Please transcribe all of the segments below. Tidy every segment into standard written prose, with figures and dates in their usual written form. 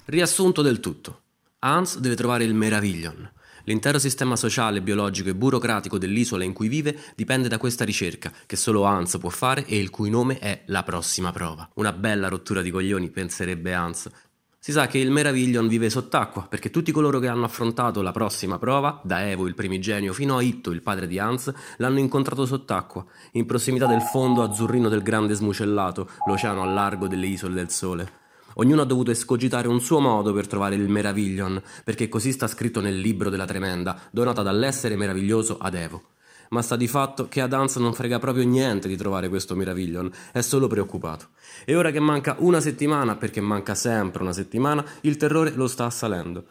Riassunto del tutto. Hans deve trovare il Meraviglion. L'intero sistema sociale, biologico e burocratico dell'isola in cui vive dipende da questa ricerca, che solo Hans può fare e il cui nome è La prossima prova. Una bella rottura di coglioni, penserebbe Hans. Si sa che il Meraviglion vive sott'acqua, perché tutti coloro che hanno affrontato la prossima prova, da Evo il primigenio fino a Itto il padre di Hans, l'hanno incontrato sott'acqua, in prossimità del fondo azzurrino del grande smucellato, l'oceano al largo delle isole del sole. Ognuno ha dovuto escogitare un suo modo per trovare il Meraviglion, perché così sta scritto nel libro della Tremenda, donata dall'essere meraviglioso ad Evo. Ma sta di fatto che ad Hans non frega proprio niente di trovare questo Meraviglion, è solo preoccupato. E ora che manca una settimana, perché manca sempre una settimana, il terrore lo sta assalendo.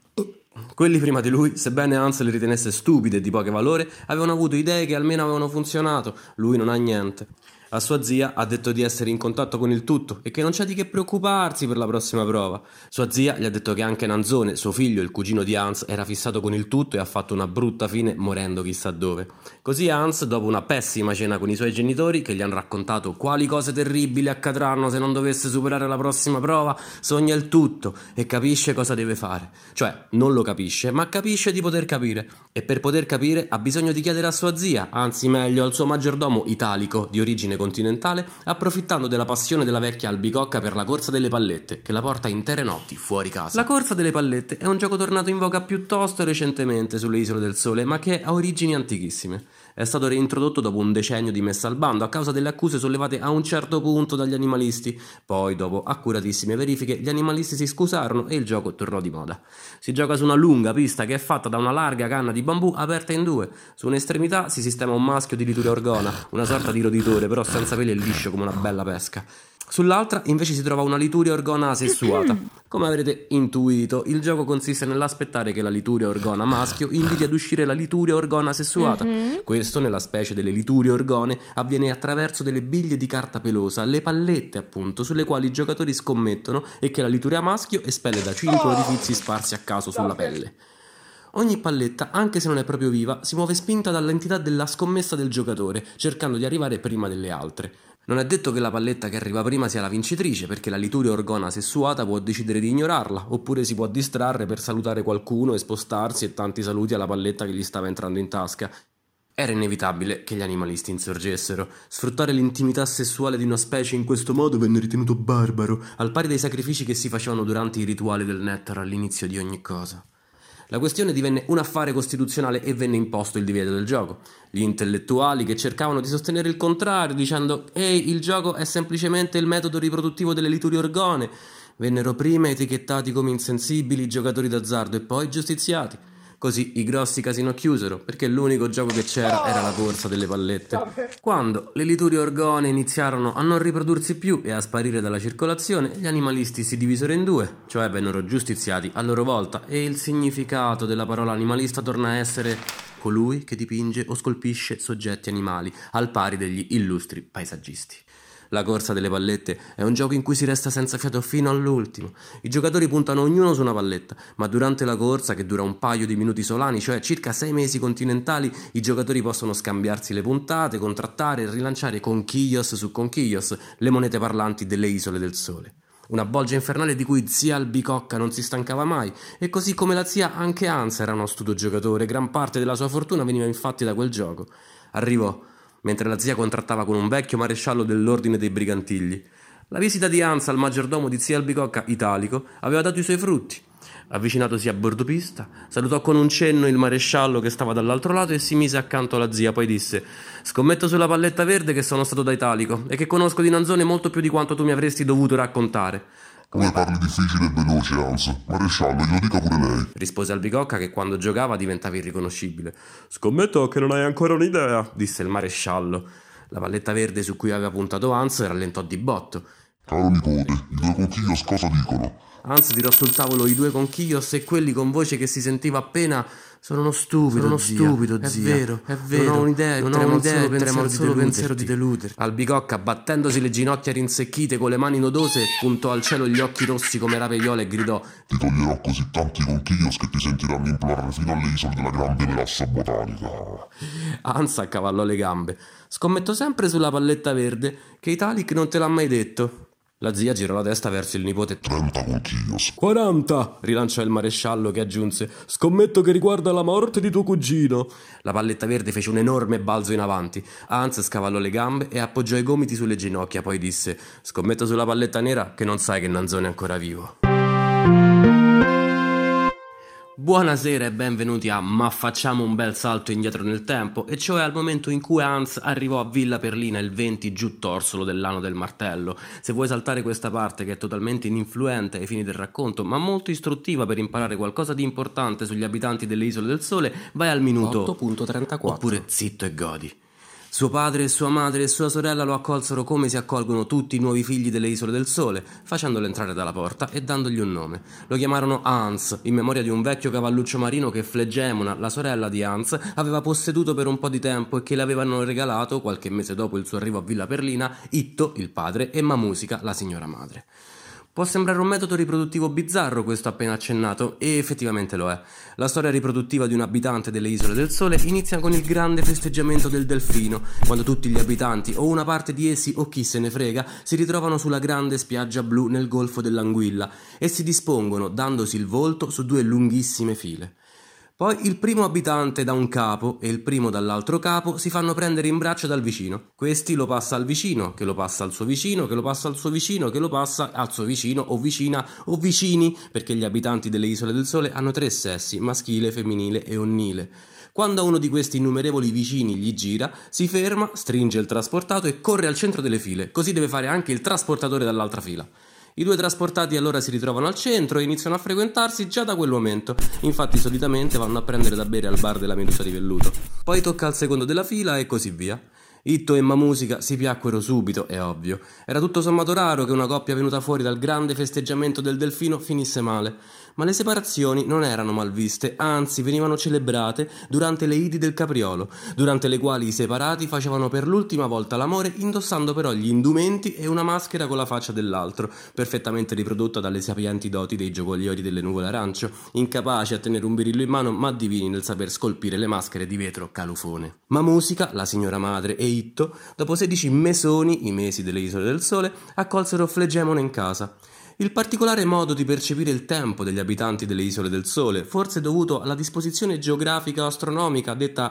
Quelli prima di lui, sebbene Hans le ritenesse stupide e di poco valore, avevano avuto idee che almeno avevano funzionato, lui non ha niente. A sua zia ha detto di essere in contatto con il tutto e che non c'è di che preoccuparsi per la prossima prova. Sua zia gli ha detto che anche Nanzone, suo figlio, il cugino di Hans, era fissato con il tutto e ha fatto una brutta fine morendo chissà dove. Così Hans, dopo una pessima cena con i suoi genitori, che gli hanno raccontato quali cose terribili accadranno se non dovesse superare la prossima prova, sogna il tutto e capisce cosa deve fare. Cioè, non lo capisce, ma capisce di poter capire. E per poter capire ha bisogno di chiedere a sua zia, anzi meglio al suo maggiordomo italico di origine continentale, approfittando della passione della vecchia albicocca per la corsa delle pallette, che la porta intere notti fuori casa. La corsa delle pallette è un gioco tornato in voga piuttosto recentemente sulle isole del sole, ma che ha origini antichissime. È stato reintrodotto dopo un decennio di messa al bando a causa delle accuse sollevate a un certo punto dagli animalisti. Poi, dopo accuratissime verifiche, gli animalisti si scusarono e il gioco tornò di moda. Si gioca su una lunga pista che è fatta da una larga canna di bambù aperta in due. Su un'estremità si sistema un maschio di liture orgona, una sorta di roditore, però senza peli e liscio come una bella pesca. Sull'altra invece si trova una lituria orgona asessuata. Come avrete intuito, il gioco consiste nell'aspettare che la lituria orgona maschio inviti ad uscire la lituria orgona sessuata. Questo, nella specie delle liturie orgone, avviene attraverso delle biglie di carta pelosa, le pallette appunto, sulle quali i giocatori scommettono e che la lituria maschio espelle da 5 orifizi sparsi a caso sulla pelle. Ogni palletta, anche se non è proprio viva, si muove spinta dall'entità della scommessa del giocatore, cercando di arrivare prima delle altre. Non è detto che la palletta che arriva prima sia la vincitrice, perché la lituria orgona sessuata può decidere di ignorarla, oppure si può distrarre per salutare qualcuno e spostarsi e tanti saluti alla palletta che gli stava entrando in tasca. Era inevitabile che gli animalisti insorgessero. Sfruttare l'intimità sessuale di una specie in questo modo venne ritenuto barbaro, al pari dei sacrifici che si facevano durante i rituali del nettare all'inizio di ogni cosa. La questione divenne un affare costituzionale e venne imposto il divieto del gioco. Gli intellettuali che cercavano di sostenere il contrario, dicendo «Ehi, il gioco è semplicemente il metodo riproduttivo delle liturie orgone», vennero prima etichettati come insensibili giocatori d'azzardo e poi giustiziati. Così i grossi casino chiusero, perché l'unico gioco che c'era era la corsa delle pallette. Quando le liturie orgone iniziarono a non riprodursi più e a sparire dalla circolazione, gli animalisti si divisero in due, cioè vennero giustiziati a loro volta, e il significato della parola animalista torna a essere colui che dipinge o scolpisce soggetti animali, al pari degli illustri paesaggisti. La corsa delle pallette è un gioco in cui si resta senza fiato fino all'ultimo. I giocatori puntano ognuno su una palletta, ma durante la corsa, che dura un paio di minuti solani, cioè circa 6 mesi continentali, i giocatori possono scambiarsi le puntate, contrattare e rilanciare conchiglios su conchiglios, le monete parlanti delle isole del sole. Una bolgia infernale di cui zia Albicocca non si stancava mai, e così come la zia anche Hans era un astuto giocatore, gran parte della sua fortuna veniva infatti da quel gioco. Arrivò mentre la zia contrattava con un vecchio maresciallo dell'ordine dei brigantigli. La visita di Hans al maggiordomo di zia Albicocca italico aveva dato i suoi frutti. Avvicinatosi a bordo pista, salutò con un cenno il maresciallo che stava dall'altro lato e si mise accanto alla zia, poi disse «Scommetto sulla palletta verde che sono stato da italico e che conosco di Nanzone molto più di quanto tu mi avresti dovuto raccontare». Come parli difficile e veloce, Hans. Maresciallo, glielo dica pure lei. Rispose Albicocca, che quando giocava diventava irriconoscibile. «Scommetto che non hai ancora un'idea», disse il maresciallo. La palletta verde su cui aveva puntato Hans rallentò di botto. Caro nipote, i due conchiglios cosa dicono? Hans tirò sul tavolo i 2 conchiglios e quelli con voce che si sentiva appena «Sono uno stupido, zia. È vero, non ho un'idea, tremo al solo pensiero di deluderti». Albicocca, battendosi le ginocchia rinsecchite con le mani nodose, puntò al cielo gli occhi rossi come rape viola e gridò Ti toglierò così tanti conchiglios che ti sentiranno implorare fino alle isole della grande melassa botanica. Hans accavallò le gambe. «Scommetto sempre sulla palletta verde, che Italic non te l'ha mai detto». La zia girò la testa verso il nipote. 30 conchiglios. 40, rilanciò il maresciallo che aggiunse: scommetto che riguarda la morte di tuo cugino. La palletta verde fece un enorme balzo in avanti. Hans scavallò le gambe e appoggiò i gomiti sulle ginocchia, poi disse: scommetto sulla palletta nera che non sai che Nanzone è ancora vivo. Buonasera e benvenuti a Ma facciamo un bel salto indietro nel tempo, e cioè al momento in cui Hans arrivò a Villa Perlina il 20 giù torsolo dell'anno del martello. Se vuoi saltare questa parte, che è totalmente ininfluente ai fini del racconto, ma molto istruttiva per imparare qualcosa di importante sugli abitanti delle Isole del Sole, vai al minuto 8.34. Oppure zitto e godi. Suo padre, sua madre e sua sorella lo accolsero come si accolgono tutti i nuovi figli delle Isole del Sole, facendolo entrare dalla porta e dandogli un nome. Lo chiamarono Hans, in memoria di un vecchio cavalluccio marino che Flegemona, la sorella di Hans, aveva posseduto per un po' di tempo e che le avevano regalato, qualche mese dopo il suo arrivo a Villa Perlina, Itto, il padre, e Mamusica, la signora madre. Può sembrare un metodo riproduttivo bizzarro questo appena accennato, e effettivamente lo è. La storia riproduttiva di un abitante delle Isole del Sole inizia con il grande festeggiamento del delfino, quando tutti gli abitanti, o una parte di essi o chi se ne frega, si ritrovano sulla grande spiaggia blu nel golfo dell'Anguilla e si dispongono, dandosi il volto, su due lunghissime file. Poi il primo abitante da un capo e il primo dall'altro capo si fanno prendere in braccio dal vicino. Questi lo passa al vicino, che lo passa al suo vicino, che lo passa al suo vicino, che lo passa al suo vicino o vicina o vicini, perché gli abitanti delle Isole del Sole hanno 3 sessi, maschile, femminile e onnile. Quando uno di questi innumerevoli vicini gli gira, si ferma, stringe il trasportato e corre al centro delle file. Così deve fare anche il trasportatore dall'altra fila. I due trasportati allora si ritrovano al centro e iniziano a frequentarsi già da quel momento. Infatti solitamente vanno a prendere da bere al bar della Medusa di Velluto. Poi tocca al secondo della fila e così via. Itto e Mamusica si piacquero subito, è ovvio. Era tutto sommato raro che una coppia venuta fuori dal grande festeggiamento del delfino finisse male. Ma le separazioni non erano mal viste, anzi venivano celebrate durante le Idi del Capriolo, durante le quali i separati facevano per l'ultima volta l'amore indossando però gli indumenti e una maschera con la faccia dell'altro, perfettamente riprodotta dalle sapienti doti dei giocoglioli delle nuvole arancio, incapaci a tenere un birillo in mano ma divini nel saper scolpire le maschere di vetro calufone. Mamusica, la signora madre, e Itto, dopo 16 mesoni, i mesi delle Isole del Sole, accolsero Flegemona in casa. Il particolare modo di percepire il tempo degli abitanti delle Isole del Sole, forse dovuto alla disposizione geografica astronomica detta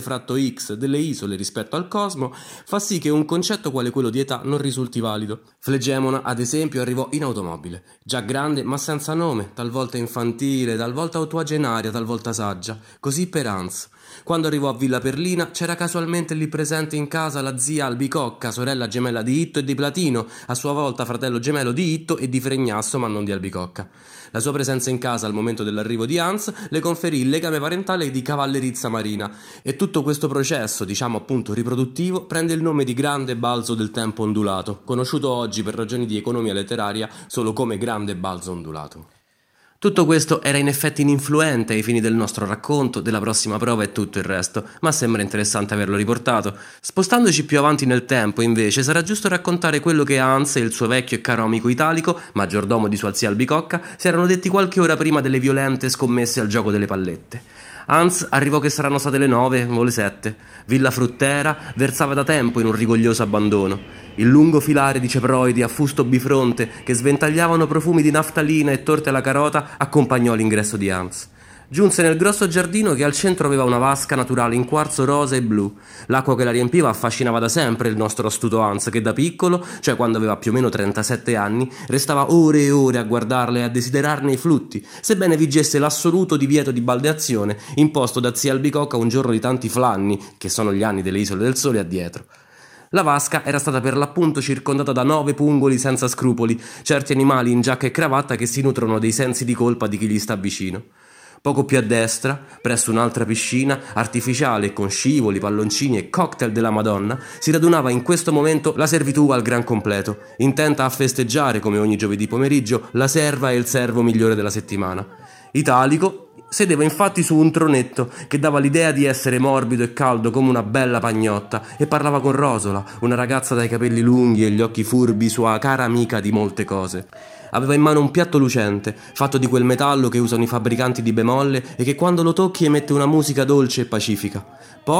AS-X delle isole rispetto al cosmo, fa sì che un concetto quale quello di età non risulti valido. Flegemona, ad esempio, arrivò in automobile, già grande ma senza nome, talvolta infantile, talvolta ottuagenaria, talvolta saggia, così per Hans. Quando arrivò a Villa Perlina c'era casualmente lì presente in casa la zia Albicocca, sorella gemella di Itto e di Platino, a sua volta fratello gemello di Itto e di Fregnasso ma non di Albicocca. La sua presenza in casa al momento dell'arrivo di Hans le conferì il legame parentale di cavallerizza marina, e tutto questo processo, diciamo appunto riproduttivo, prende il nome di grande balzo del tempo ondulato, conosciuto oggi per ragioni di economia letteraria solo come grande balzo ondulato. Tutto questo era in effetti ininfluente ai fini del nostro racconto, della prossima prova e tutto il resto, ma sembra interessante averlo riportato. Spostandoci più avanti nel tempo, invece, sarà giusto raccontare quello che Hans e il suo vecchio e caro amico Italico, maggiordomo di sua zia Albicocca, si erano detti qualche ora prima delle violente scommesse al gioco delle pallette. Hans arrivò che saranno state le 9 o le 7. Villa Fruttera versava da tempo in un rigoglioso abbandono. Il lungo filare di ceproidi a fusto bifronte che sventagliavano profumi di naftalina e torte alla carota accompagnò l'ingresso di Hans. Giunse nel grosso giardino che al centro aveva una vasca naturale in quarzo rosa e blu. L'acqua che la riempiva affascinava da sempre il nostro astuto Hans, che da piccolo, cioè quando aveva più o meno 37 anni, restava ore e ore a guardarla e a desiderarne i flutti, sebbene vigesse l'assoluto divieto di balneazione imposto da zia Albicocca un giorno di tanti flanni, che sono gli anni delle Isole del Sole, addietro. La vasca era stata per l'appunto circondata da 9 pungoli senza scrupoli, certi animali in giacca e cravatta che si nutrono dei sensi di colpa di chi gli sta vicino. Poco più a destra, presso un'altra piscina, artificiale con scivoli, palloncini e cocktail della Madonna, si radunava in questo momento la servitù al gran completo, intenta a festeggiare, come ogni giovedì pomeriggio, la serva e il servo migliore della settimana. Italico sedeva infatti su un tronetto che dava l'idea di essere morbido e caldo come una bella pagnotta, e parlava con Rosola, una ragazza dai capelli lunghi e gli occhi furbi, sua cara amica di molte cose. Aveva in mano un piatto lucente, fatto di quel metallo che usano i fabbricanti di bemolle e che quando lo tocchi emette una musica dolce e pacifica. Poi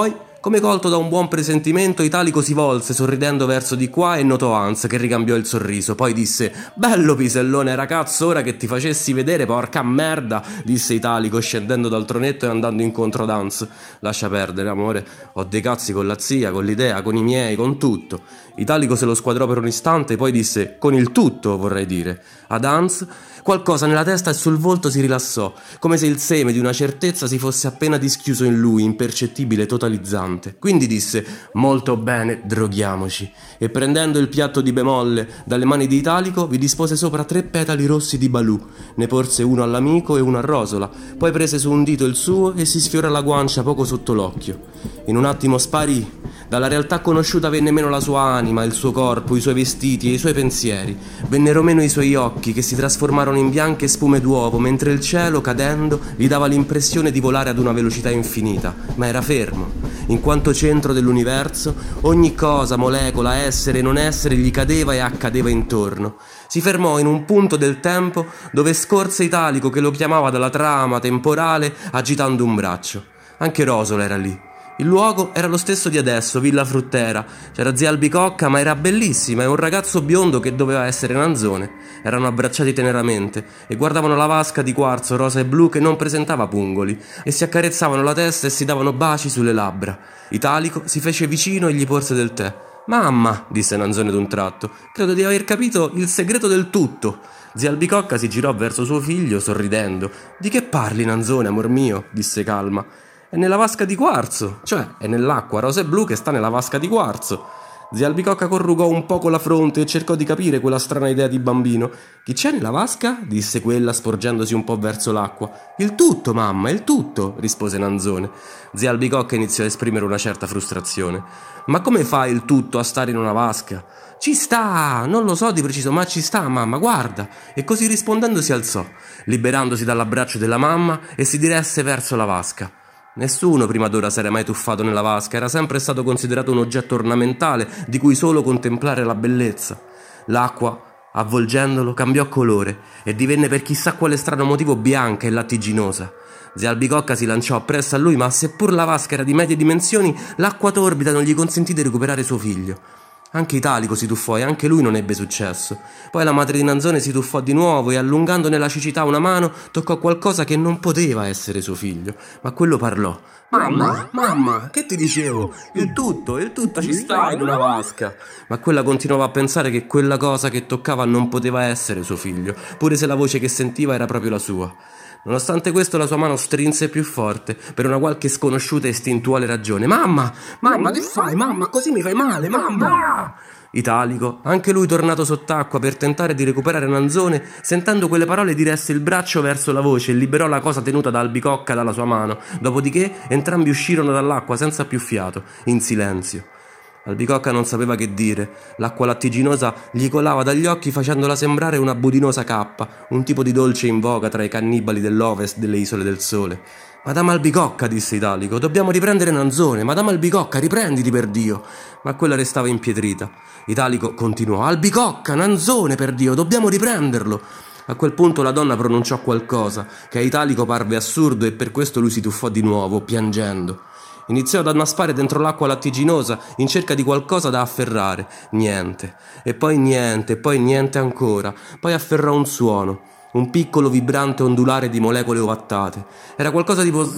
Come colto da un buon presentimento, Italico si volse sorridendo verso di qua e notò Hans che ricambiò il sorriso. Poi disse: bello pisellone ragazzo, ora che ti facessi vedere, porca merda, disse Italico scendendo dal tronetto e andando incontro ad Hans. Lascia perdere amore, ho dei cazzi con la zia, con l'idea, con i miei, con tutto. Italico se lo squadrò per un istante e poi disse: con il tutto vorrei dire. Ad Hans qualcosa nella testa e sul volto si rilassò, come se il seme di una certezza si fosse appena dischiuso in lui, impercettibile, totalizzante. Quindi disse: molto bene, droghiamoci. E prendendo il piatto di bemolle dalle mani di Italico, vi dispose sopra 3 petali rossi di Balù. Ne porse uno all'amico e uno a Rosola, poi prese su un dito il suo e si sfiora la guancia poco sotto l'occhio. In un attimo sparì. Dalla realtà conosciuta venne meno la sua anima, il suo corpo, i suoi vestiti e i suoi pensieri. Vennero meno i suoi occhi, che si trasformarono in bianche spume d'uovo, mentre il cielo, cadendo, gli dava l'impressione di volare ad una velocità infinita, ma era fermo. In quanto centro dell'universo, ogni cosa, molecola, essere e non essere gli cadeva e accadeva intorno. Si fermò in un punto del tempo dove scorse Italico che lo chiamava dalla trama temporale agitando un braccio. Anche Rosola era lì. Il luogo era lo stesso di adesso, Villa Fruttera. C'era zia Albicocca, ma era bellissima, e un ragazzo biondo che doveva essere Nanzone. Erano abbracciati teneramente e guardavano la vasca di quarzo rosa e blu che non presentava pungoli, e si accarezzavano la testa e si davano baci sulle labbra. Italico si fece vicino e gli porse del tè. «Mamma», disse Nanzone d'un tratto, «credo di aver capito il segreto del tutto». Zia Albicocca si girò verso suo figlio sorridendo. «Di che parli, Nanzone, amor mio?» disse calma. «È nella vasca di quarzo, cioè è nell'acqua rosa e blu che sta nella vasca di quarzo». Zia Albicocca corrugò un poco la fronte e cercò di capire quella strana idea di bambino. «Chi c'è nella vasca?» disse quella sporgendosi un po' verso l'acqua. «Il tutto, mamma, il tutto», rispose Nanzone. Zia Albicocca iniziò a esprimere una certa frustrazione. «Ma come fa il tutto a stare in una vasca?» «Ci sta, non lo so di preciso, ma ci sta, mamma, guarda». E così rispondendo si alzò, liberandosi dall'abbraccio della mamma, e si diresse verso la vasca. Nessuno prima d'ora s'era mai tuffato nella vasca, era sempre stato considerato un oggetto ornamentale di cui solo contemplare la bellezza. L'acqua, avvolgendolo, cambiò colore e divenne per chissà quale strano motivo bianca e lattiginosa. Zia Albicocca si lanciò appresso a lui, ma seppur la vasca era di medie dimensioni, l'acqua torbida non gli consentì di recuperare suo figlio. Anche Italico si tuffò e anche lui non ebbe successo. Poi la madre di Nanzone si tuffò di nuovo e, allungando nella cecità una mano, toccò qualcosa che non poteva essere suo figlio, ma quello parlò. «Mamma, mamma, che ti dicevo? Il tutto ci sta in una vasca!» Ma quella continuava a pensare che quella cosa che toccava non poteva essere suo figlio, pure se la voce che sentiva era proprio la sua. Nonostante questo la sua mano strinse più forte, per una qualche sconosciuta e istintuale ragione. «Mamma, mamma, che fai? Mamma, così mi fai male, mamma!» Italico, anche lui tornato sott'acqua per tentare di recuperare Nanzone, sentendo quelle parole diresse il braccio verso la voce e liberò la cosa tenuta da Albicocca dalla sua mano. Dopodiché entrambi uscirono dall'acqua senza più fiato, in silenzio. Albicocca non sapeva che dire. L'acqua lattiginosa gli colava dagli occhi facendola sembrare una budinosa cappa, un tipo di dolce in voga tra i cannibali dell'ovest delle isole del sole. «Madame Albicocca», disse Italico, «dobbiamo riprendere Nanzone. Madame Albicocca, riprenditi per Dio». Ma quella restava impietrita. Italico continuò: «Albicocca, Nanzone, per Dio, dobbiamo riprenderlo». A quel punto la donna pronunciò qualcosa che a Italico parve assurdo e per questo lui si tuffò di nuovo, piangendo. Iniziò ad annaspare dentro l'acqua lattiginosa in cerca di qualcosa da afferrare. Niente. E poi niente ancora. Poi afferrò un suono. Un piccolo vibrante ondulare di molecole ovattate. Era qualcosa tipo...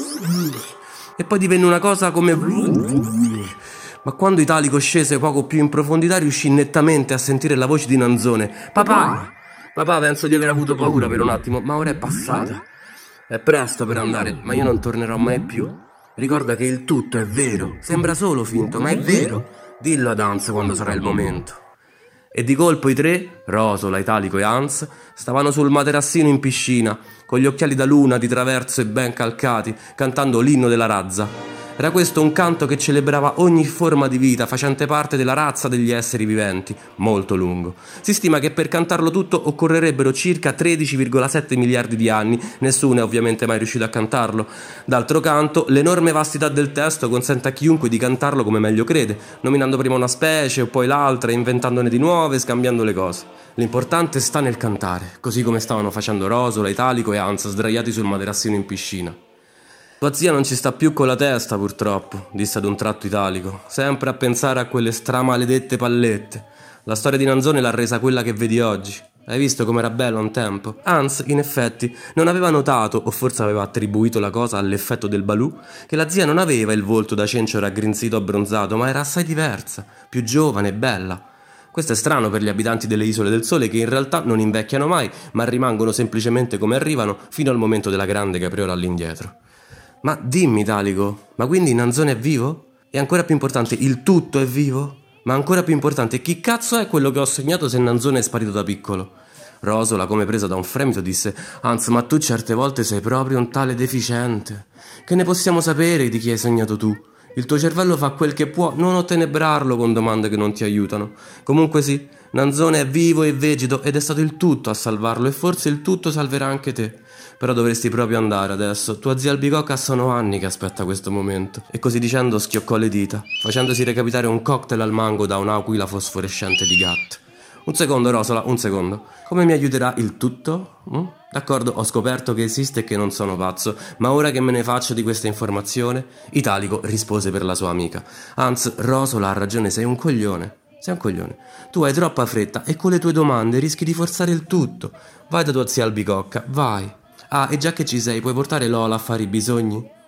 E poi divenne una cosa come... Ma quando Italico scese poco più in profondità riuscì nettamente a sentire la voce di Nanzone. «Papà! Papà, penso di aver avuto paura per un attimo, ma ora è passata. È presto per andare, ma io non tornerò mai più. Ricorda che il tutto è vero. Sembra solo finto, ma è vero. Dillo ad Hans quando sarà il momento». E di colpo i tre, Rosola, Italico e Hans, stavano sul materassino in piscina, con gli occhiali da luna di traverso e ben calcati, cantando l'inno della razza. Era questo un canto che celebrava ogni forma di vita facente parte della razza degli esseri viventi, molto lungo. Si stima che per cantarlo tutto occorrerebbero circa 13,7 miliardi di anni, nessuno è ovviamente mai riuscito a cantarlo. D'altro canto, l'enorme vastità del testo consente a chiunque di cantarlo come meglio crede, nominando prima una specie o poi l'altra, inventandone di nuove, scambiando le cose. L'importante sta nel cantare, così come stavano facendo Rosola, Italico e Hans sdraiati sul materassino in piscina. Tua zia non ci sta più con la testa, purtroppo, disse ad un tratto Italico, sempre a pensare a quelle stramaledette pallette. La storia di Nanzone l'ha resa quella che vedi oggi. Hai visto com'era bello un tempo? Hans, in effetti, non aveva notato, o forse aveva attribuito la cosa all'effetto del Balù, che la zia non aveva il volto da cencio raggrinzito abbronzato, ma era assai diversa, più giovane e bella. Questo è strano per gli abitanti delle Isole del Sole, che in realtà non invecchiano mai, ma rimangono semplicemente come arrivano fino al momento della grande capriola all'indietro. Ma dimmi, Italico, ma quindi Nanzone è vivo? E ancora più importante, il tutto è vivo? Ma ancora più importante, chi cazzo è quello che ho sognato se Nanzone è sparito da piccolo? Rosola, come presa da un fremito, disse: Hans, ma tu certe volte sei proprio un tale deficiente. Che ne possiamo sapere di chi hai sognato tu? Il tuo cervello fa quel che può, non ottenebrarlo con domande che non ti aiutano. Comunque sì, Nanzone è vivo e vegeto ed è stato il tutto a salvarlo e forse il tutto salverà anche te. Però dovresti proprio andare adesso. Tua zia Albicocca sono anni che aspetta questo momento. E così dicendo schioccò le dita, facendosi recapitare un cocktail al mango da un'aquila fosforescente di gatto. Un secondo, Rosola, un secondo. Come mi aiuterà il tutto? D'accordo, ho scoperto che esiste e che non sono pazzo, ma ora che me ne faccio di questa informazione? Italico rispose per la sua amica. Hans, Rosola ha ragione, sei un coglione. Sei un coglione. Tu hai troppa fretta e con le tue domande rischi di forzare il tutto. Vai da tua zia Albicocca, vai. Ah, e già che ci sei, puoi portare Lola a fare i bisogni?